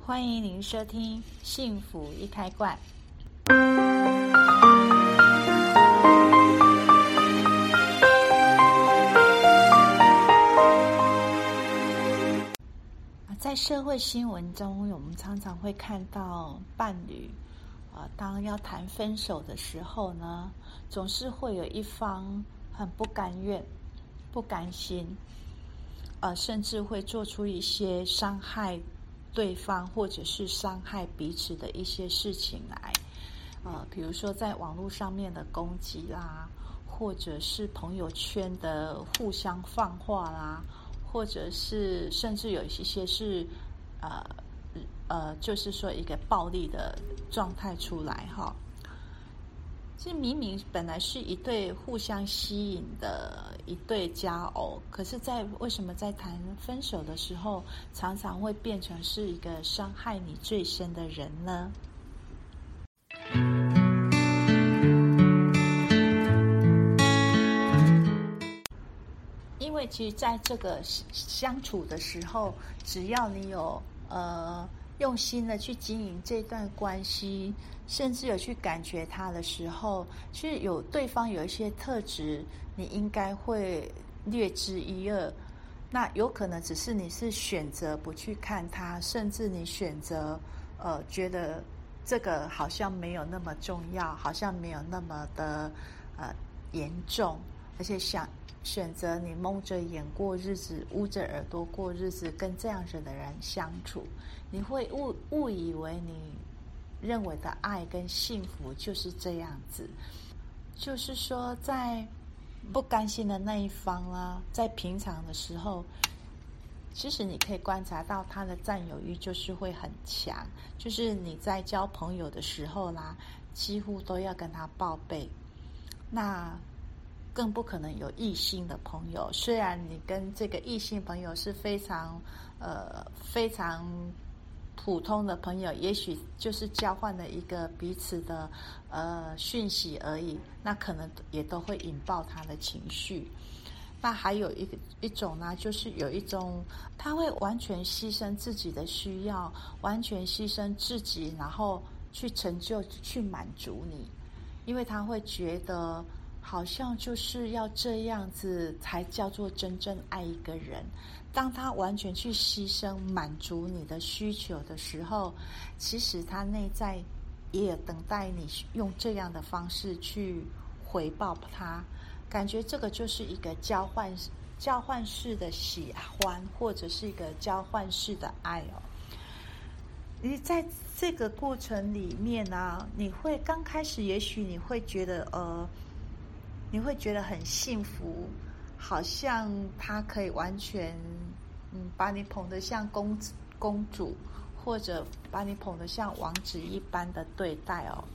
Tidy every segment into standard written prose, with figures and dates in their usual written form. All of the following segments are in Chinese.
欢迎您收听幸福一开罐。在社会新闻中，我们常常会看到伴侣当要谈分手的时候呢，总是会有一方很不甘愿、不甘心，甚至会做出一些伤害对方或者是伤害彼此的一些事情来。比如说在网络上面的攻击啦，或者是朋友圈的互相放话啦，或者是甚至有一些是就是说一个暴力的状态出来哈。这明明本来是一对互相吸引的一对佳偶，可是为什么在谈分手的时候，常常会变成是一个伤害你最深的人呢？因为其实在这个相处的时候，只要你有用心的去经营这段关系，甚至有去感觉它的时候，其实对方有一些特质，你应该会略知一二。那有可能只是你是选择不去看它，甚至你选择觉得这个好像没有那么重要，好像没有那么的严重，而且选择你蒙着眼过日子，捂着耳朵过日子，跟这样子的人相处，你会误以为你认为的爱跟幸福就是这样子。就是说在不甘心的那一方啦，在平常的时候，其实你可以观察到他的占有欲就是会很强，就是你在交朋友的时候啦，几乎都要跟他报备。那更不可能有异性的朋友，虽然你跟这个异性朋友是非常普通的朋友，也许就是交换了一个彼此的讯息而已，那可能也都会引爆他的情绪。那还有一种呢，就是有一种他会完全牺牲自己的需要，完全牺牲自己，然后去成就、去满足你，因为他会觉得好像就是要这样子才叫做真正爱一个人。当他完全去牺牲满足你的需求的时候，其实他内在也有等待你用这样的方式去回报他。感觉这个就是一个交换式的喜欢，或者是一个交换式的爱哦。你在这个过程里面啊，你会刚开始也许你会觉得你会觉得很幸福，好像他可以完全把你捧得像公主，或者把你捧得像王子一般的对待哦。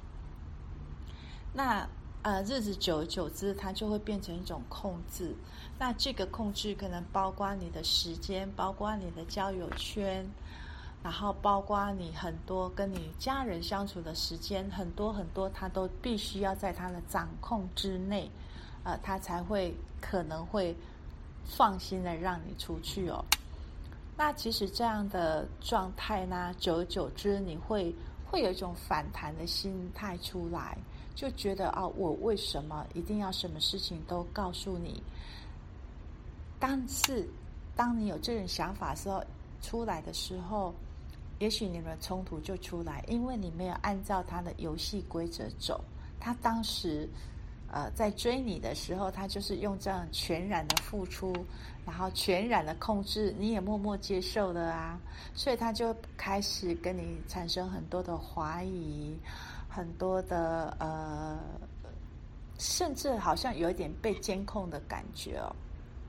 那日子久而久之，它就会变成一种控制。那这个控制可能包括你的时间，包括你的交友圈，然后包括你很多跟你家人相处的时间，很多很多，他都必须要在他的掌控之内，他才会可能会放心的让你出去哦。那其实这样的状态呢，久而久之，你会有一种反弹的心态出来，就觉得我为什么一定要什么事情都告诉你？但是当你有这种想法出来的时候，也许你们的冲突就出来，因为你没有按照他的游戏规则走。他当时在追你的时候，他就是用这样全然的付出，然后全然的控制，你也默默接受了啊，所以他就开始跟你产生很多的怀疑，很多的甚至好像有一点被监控的感觉哦。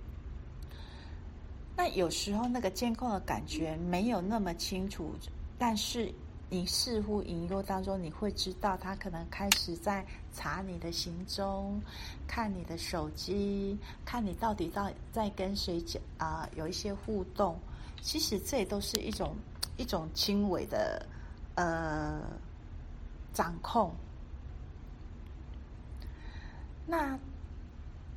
那有时候那个监控的感觉没有那么清楚，但是你似乎隐约当中你会知道他可能开始在查你的行踪，看你的手机，看你到底在跟谁有一些互动。其实这也都是一种轻微的掌控。那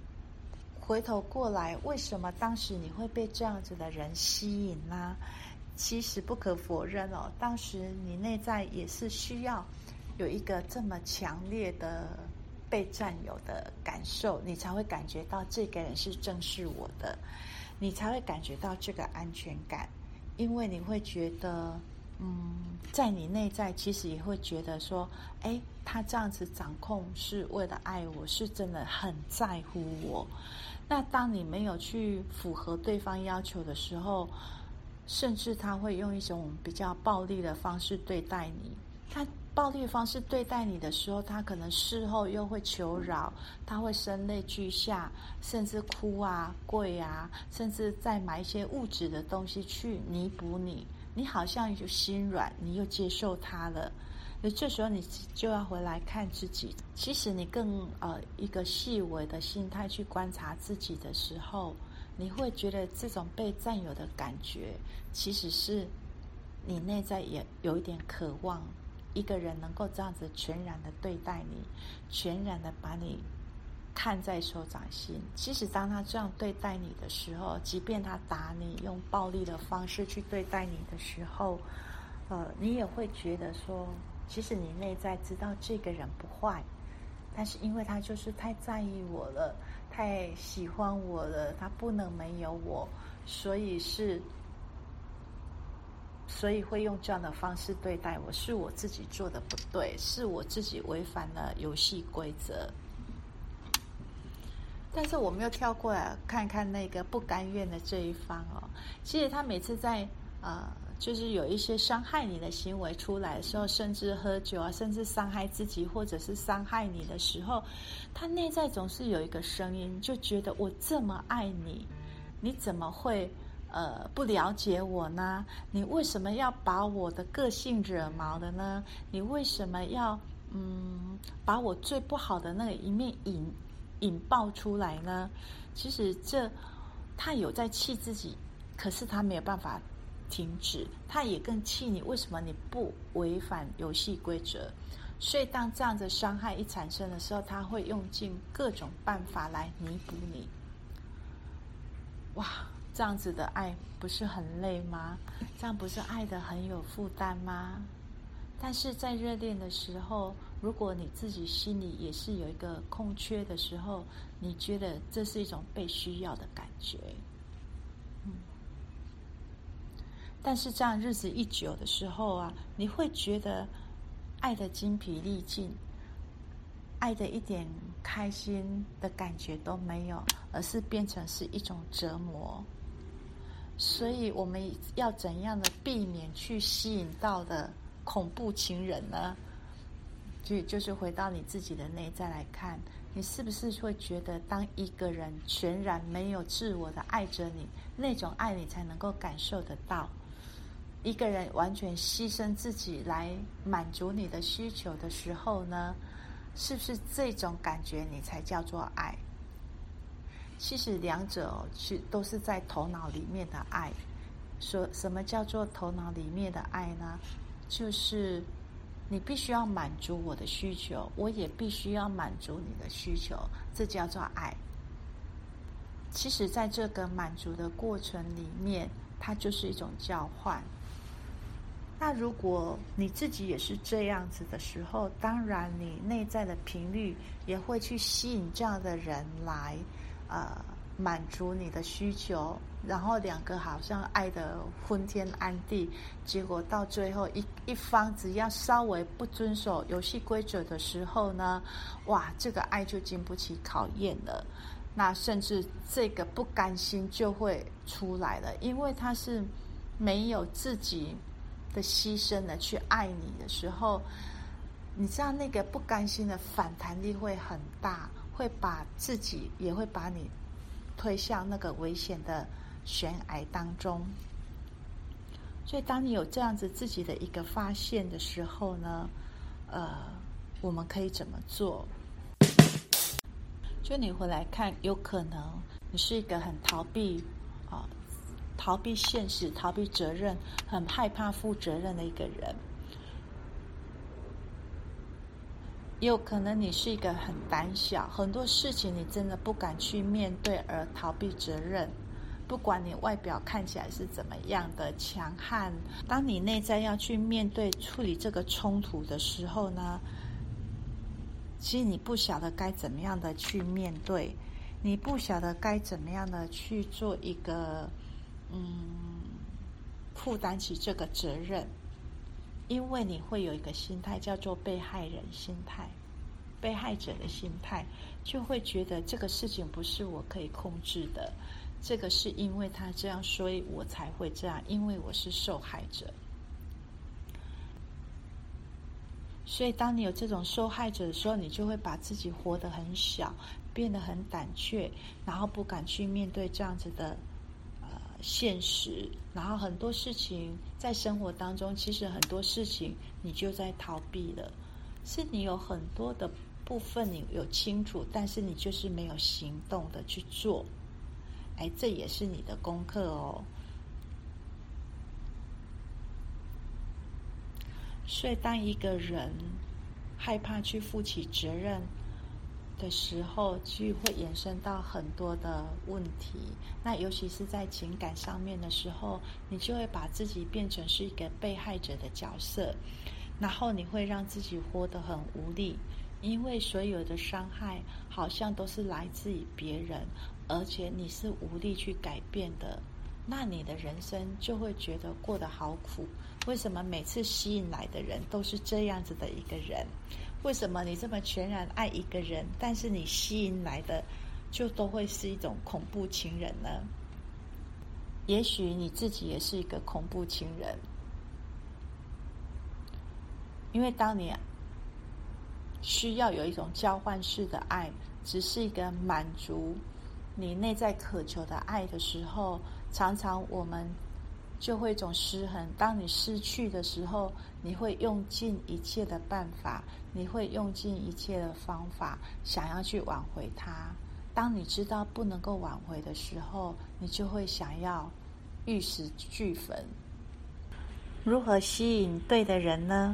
回头过来，为什么当时你会被这样子的人吸引呢？ 其实不可否认哦，当时你内在也是需要有一个这么强烈的被占有的感受，你才会感觉到这个人是正视我的，你才会感觉到这个安全感。因为你会觉得在你内在其实也会觉得说，他这样子掌控是为了爱我，是真的很在乎我。那当你没有去符合对方要求的时候，甚至他会用一种比较暴力的方式对待你。他暴力的方式对待你的时候，他可能事后又会求饶，他会声泪俱下，甚至哭啊、跪啊，甚至再买一些物质的东西去弥补你。你好像就心软，你又接受他了。这时候你就要回来看自己，其实你更一个细微的心态去观察自己的时候，你会觉得这种被占有的感觉，其实是你内在也有一点渴望一个人能够这样子全然的对待你，全然的把你看在手掌心。其实当他这样对待你的时候，即便他打你，用暴力的方式去对待你的时候，你也会觉得说，其实你内在知道这个人不坏，但是因为他就是太在意我了，太喜欢我了，他不能没有我，所以会用这样的方式对待我，是我自己做的不对，是我自己违反了游戏规则。但是我们又跳过来看看那个不甘愿的这一方哦，其实他每次在就是有一些伤害你的行为出来的时候，甚至喝酒啊，甚至伤害自己或者是伤害你的时候，他内在总是有一个声音，就觉得我这么爱你，你怎么会不了解我呢？你为什么要把我的个性惹毛的呢？你为什么要把我最不好的那个一面引爆出来呢？其实他有在气自己，可是他没有办法停止，他也更气你，为什么你不违反游戏规则？所以当这样的伤害一产生的时候，他会用尽各种办法来弥补你。哇，这样子的爱不是很累吗？这样不是爱得很有负担吗？但是在热恋的时候，如果你自己心里也是有一个空缺的时候，你觉得这是一种被需要的感觉。但是这样日子一久的时候啊，你会觉得爱得精疲力尽，爱的一点开心的感觉都没有，而是变成是一种折磨。所以我们要怎样的避免去吸引到的恐怖情人呢？就是回到你自己的内在来看，你是不是会觉得当一个人全然没有自我的爱着你，那种爱你才能够感受得到。一个人完全牺牲自己来满足你的需求的时候呢，是不是这种感觉你才叫做爱？其实两者都是在头脑里面的爱。什么叫做头脑里面的爱呢？就是你必须要满足我的需求，我也必须要满足你的需求，这叫做爱。其实在这个满足的过程里面，它就是一种交换。那如果你自己也是这样子的时候，当然你内在的频率也会去吸引这样的人来满足你的需求，然后两个好像爱得昏天暗地，结果到最后一方只要稍微不遵守游戏规则的时候呢，哇，这个爱就经不起考验了。那甚至这个不甘心就会出来了，因为他是没有自己的牺牲的去爱你的时候，你知道那个不甘心的反弹力会很大，会把自己也会把你推向那个危险的悬崖当中。所以当你有这样子自己的一个发现的时候呢，我们可以怎么做？就你回来看，有可能你是一个很逃避现实、逃避责任、很害怕负责任的一个人。也有可能你是一个很胆小，很多事情你真的不敢去面对而逃避责任。 不管你外表看起来是怎么样的强悍，当你内在要去面对处理这个冲突的时候呢，其实你不晓得该怎么样的去面对，你不晓得该怎么样的去做一个负担起这个责任，因为你会有一个心态叫做被害人心态，被害者的心态，就会觉得这个事情不是我可以控制的，这个是因为他这样，所以我才会这样，因为我是受害者。所以当你有这种受害者的时候，你就会把自己活得很小，变得很胆怯，然后不敢去面对这样子的现实，然后很多事情在生活当中，其实很多事情你就在逃避了，是你有很多的部分你有清楚，但是你就是没有行动的去做，这也是你的功课哦。所以当一个人害怕去负起责任的时候，就会衍生到很多的问题，那尤其是在情感上面的时候，你就会把自己变成是一个被害者的角色，然后你会让自己活得很无力，因为所有的伤害好像都是来自于别人，而且你是无力去改变的，那你的人生就会觉得过得好苦。为什么每次吸引来的人都是这样子的一个人？为什么你这么全然爱一个人，但是你吸引来的就都会是一种恐怖情人呢？也许你自己也是一个恐怖情人，因为当你需要有一种交换式的爱，只是一个满足你内在渴求的爱的时候，常常我们就会一种失衡。当你失去的时候，你会用尽一切的办法，你会用尽一切的方法想要去挽回它。当你知道不能够挽回的时候，你就会想要玉石俱焚。如何吸引对的人呢？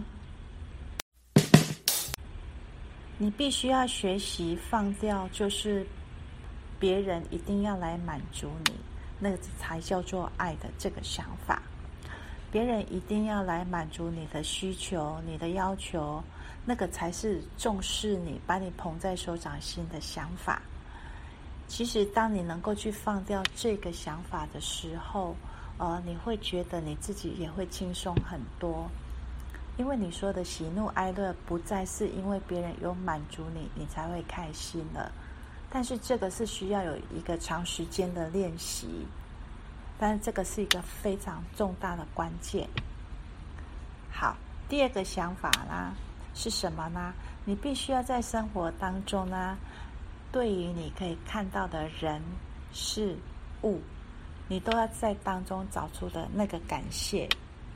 你必须要学习放掉，就是别人一定要来满足你，那个才叫做爱的这个想法。别人一定要来满足你的需求，你的要求，那个才是重视你，把你捧在手掌心的想法。其实当你能够去放掉这个想法的时候，你会觉得你自己也会轻松很多，因为你说的喜怒哀乐不再是因为别人有满足你，你才会开心了。但是这个是需要有一个长时间的练习，但是这个是一个非常重大的关键。好，第二个想法呢是什么呢？你必须要在生活当中呢，对于你可以看到的人事物，你都要在当中找出的那个感谢。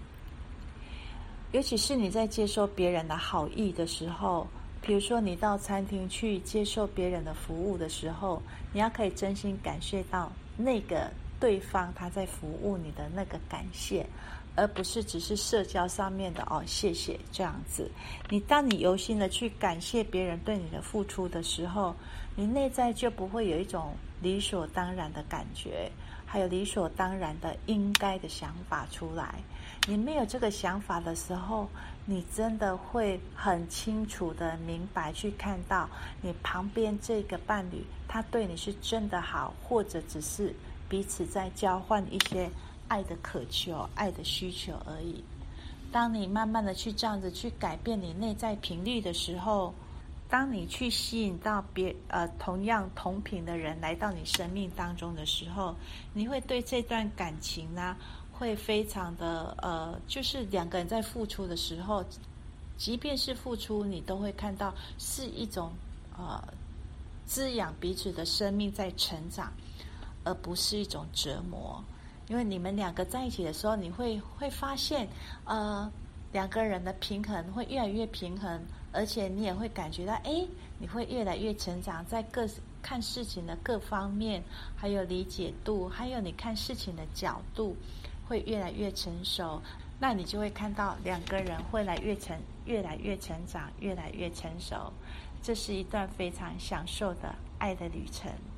尤其是你在接受别人的好意的时候，比如说你到餐厅去接受别人的服务的时候，你要可以真心感谢到那个对方他在服务你的那个感谢，而不是只是社交上面的谢谢这样子。当你由心的去感谢别人对你的付出的时候，你内在就不会有一种理所当然的感觉，还有理所当然的应该的想法出来。你没有这个想法的时候，你真的会很清楚的明白去看到你旁边这个伴侣，他对你是真的好，或者只是彼此在交换一些爱的渴求、爱的需求而已。当你慢慢的去这样子去改变你内在频率的时候，当你去吸引到同样同频的人来到你生命当中的时候，你会对这段感情呢会非常的就是两个人在付出的时候，即便是付出，你都会看到是一种滋养彼此的生命在成长，而不是一种折磨。因为你们两个在一起的时候，你会发现两个人的平衡会越来越平衡，而且你也会感觉到你会越来越成长，在看事情的各方面，还有理解度，还有你看事情的角度会越来越成熟。那你就会看到两个人会越来越成长，越来越成熟。这是一段非常享受的爱的旅程。